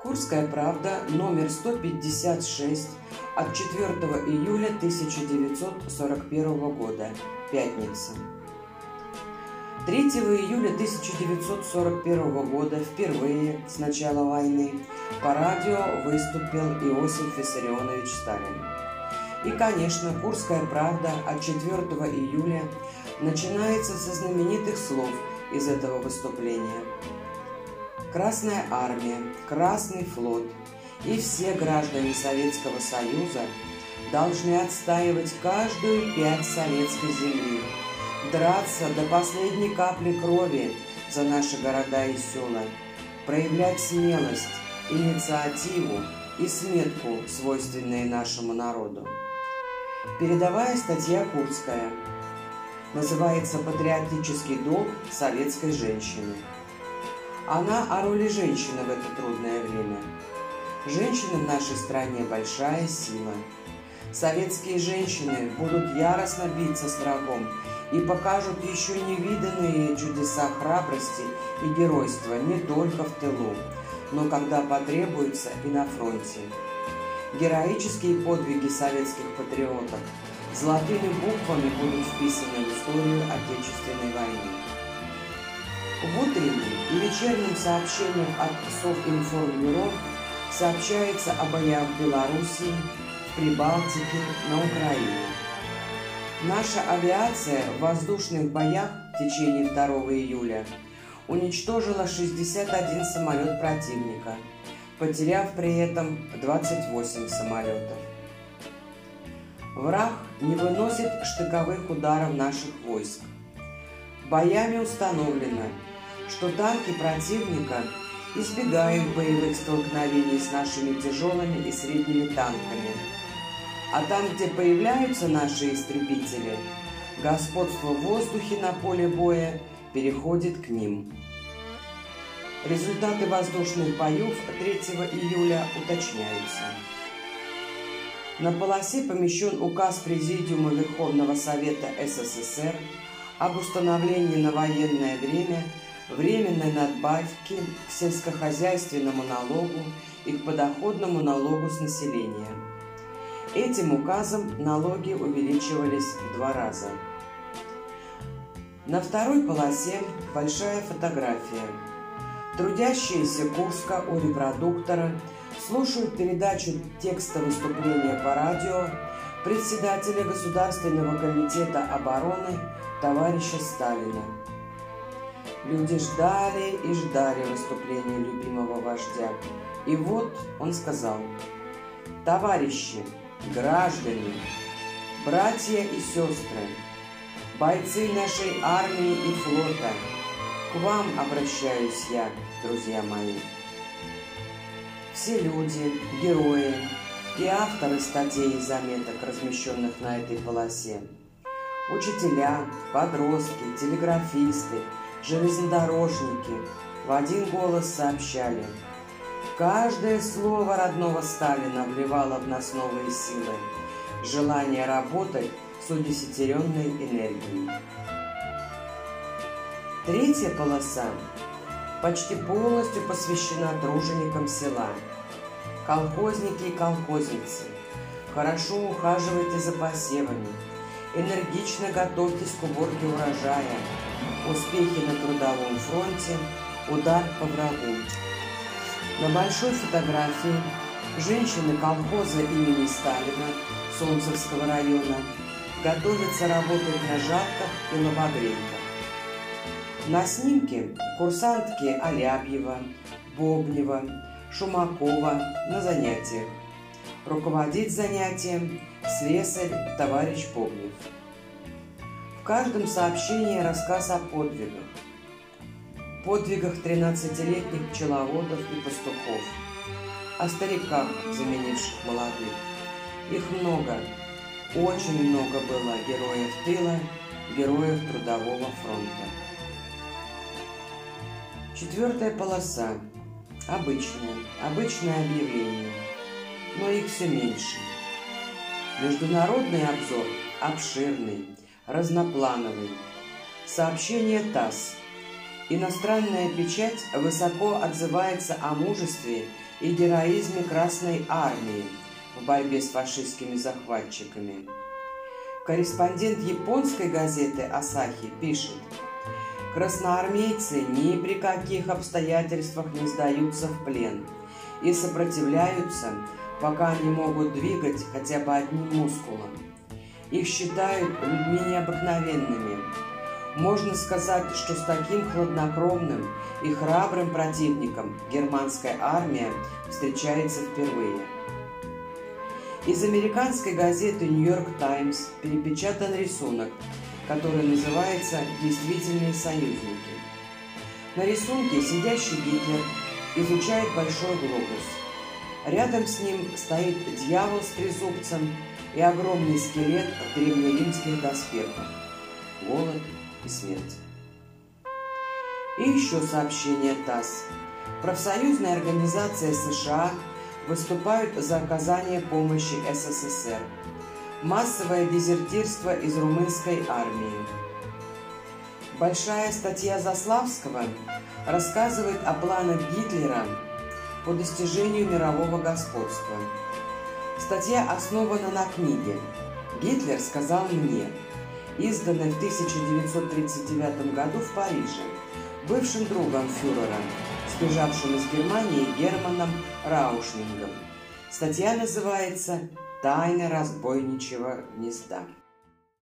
Курская правда, номер 156 от 4 июля 1941 года, пятница. 3 июля 1941 года впервые с начала войны по радио выступил Иосиф Виссарионович Сталин. И, конечно, Курская правда от 4 июля начинается со знаменитых слов из этого выступления. Красная армия, Красный флот и все граждане Советского Союза должны отстаивать каждую пять советской земли, драться до последней капли крови за наши города и села, проявлять смелость, инициативу и сметку, свойственные нашему народу. Передовая статья Курская. Называется «Патриотический долг советской женщины». Она о роли женщины в это трудное время. Женщины в нашей стране – большая сила. Советские женщины будут яростно биться с врагом и покажут еще невиданные чудеса храбрости и геройства не только в тылу, но когда потребуется и на фронте. Героические подвиги советских патриотов золотыми буквами будут вписаны в историю Отечественной войны. В утреннем и вечернем сообщениях от Совинформбюро сообщается о боях в Белоруссии, в Прибалтике, на Украине. Наша авиация в воздушных боях в течение 2 июля уничтожила 61 самолет противника, потеряв при этом 28 самолетов. Враг не выносит штыковых ударов наших войск. Боями установлено, что танки противника избегают боевых столкновений с нашими тяжелыми и средними танками. А там, где появляются наши истребители, господство в воздухе на поле боя переходит к ним. Результаты воздушных боев 3 июля уточняются. На полосе помещен указ Президиума Верховного Совета СССР об установлении на военное время временной надбавки к сельскохозяйственному налогу и к подоходному налогу с населения. Этим указом налоги увеличивались в 2 раза. На второй полосе большая фотография. Трудящиеся Курска у репродуктора слушают передачу текста выступления по радио председателя Государственного комитета обороны товарища Сталина. Люди ждали и ждали выступления любимого вождя. И вот он сказал: «Товарищи, граждане, братья и сестры, бойцы нашей армии и флота, к вам обращаюсь я, друзья мои». Все люди, герои и авторы статей и заметок, размещенных на этой полосе, учителя, подростки, телеграфисты, железнодорожники в один голос сообщали: каждое слово родного Сталина вливало в нас новые силы, желание работать с удесятеренной энергией. Третья полоса почти полностью посвящена труженикам села. Колхозники и колхозницы, хорошо ухаживайте за посевами, энергично готовьтесь к уборке урожая, успехи на трудовом фронте, удар по врагу. На большой фотографии женщины колхоза имени Сталина Солнцевского района готовятся работать на жатках и лобогрейках. На снимке курсантки Алябьева, Бобнева, Шумакова на занятиях. Руководит занятием слесарь товарищ Бобнев. В каждом сообщении рассказ о подвигах. Подвигах 13-летних пчеловодов и пастухов. О стариках, заменивших молодых. Их много, очень много было героев тыла, героев трудового фронта. 4-я полоса. Обычное объявление, но их все меньше. Международный обзор обширный, разноплановый. Сообщение ТАСС. Иностранная печать высоко отзывается о мужестве и героизме Красной Армии в борьбе с фашистскими захватчиками. Корреспондент японской газеты «Асахи» пишет: «Красноармейцы ни при каких обстоятельствах не сдаются в плен и сопротивляются, пока они могут двигать хотя бы одним мускулом. Их считают людьми необыкновенными. Можно сказать, что с таким хладнокровным и храбрым противником германская армия встречается впервые». Из американской газеты «Нью-Йорк Таймс» перепечатан рисунок, который называется «Действительные союзники». На рисунке сидящий Гитлер изучает большой глобус. Рядом с ним стоит дьявол с трезубцем и огромный скелет в древнеримских доспехах. Голод и смерть. И еще сообщение ТАСС. Профсоюзная организация США выступают за оказание помощи СССР. Массовое дезертирство из румынской армии. Большая статья Заславского рассказывает о планах Гитлера по достижению мирового господства. Статья основана на книге «Гитлер сказал мне», изданной в 1939 году в Париже бывшим другом фюрера, сбежавшим из Германии Германом Раушнингом. Статья называется «Тайна разбойничьего гнезда».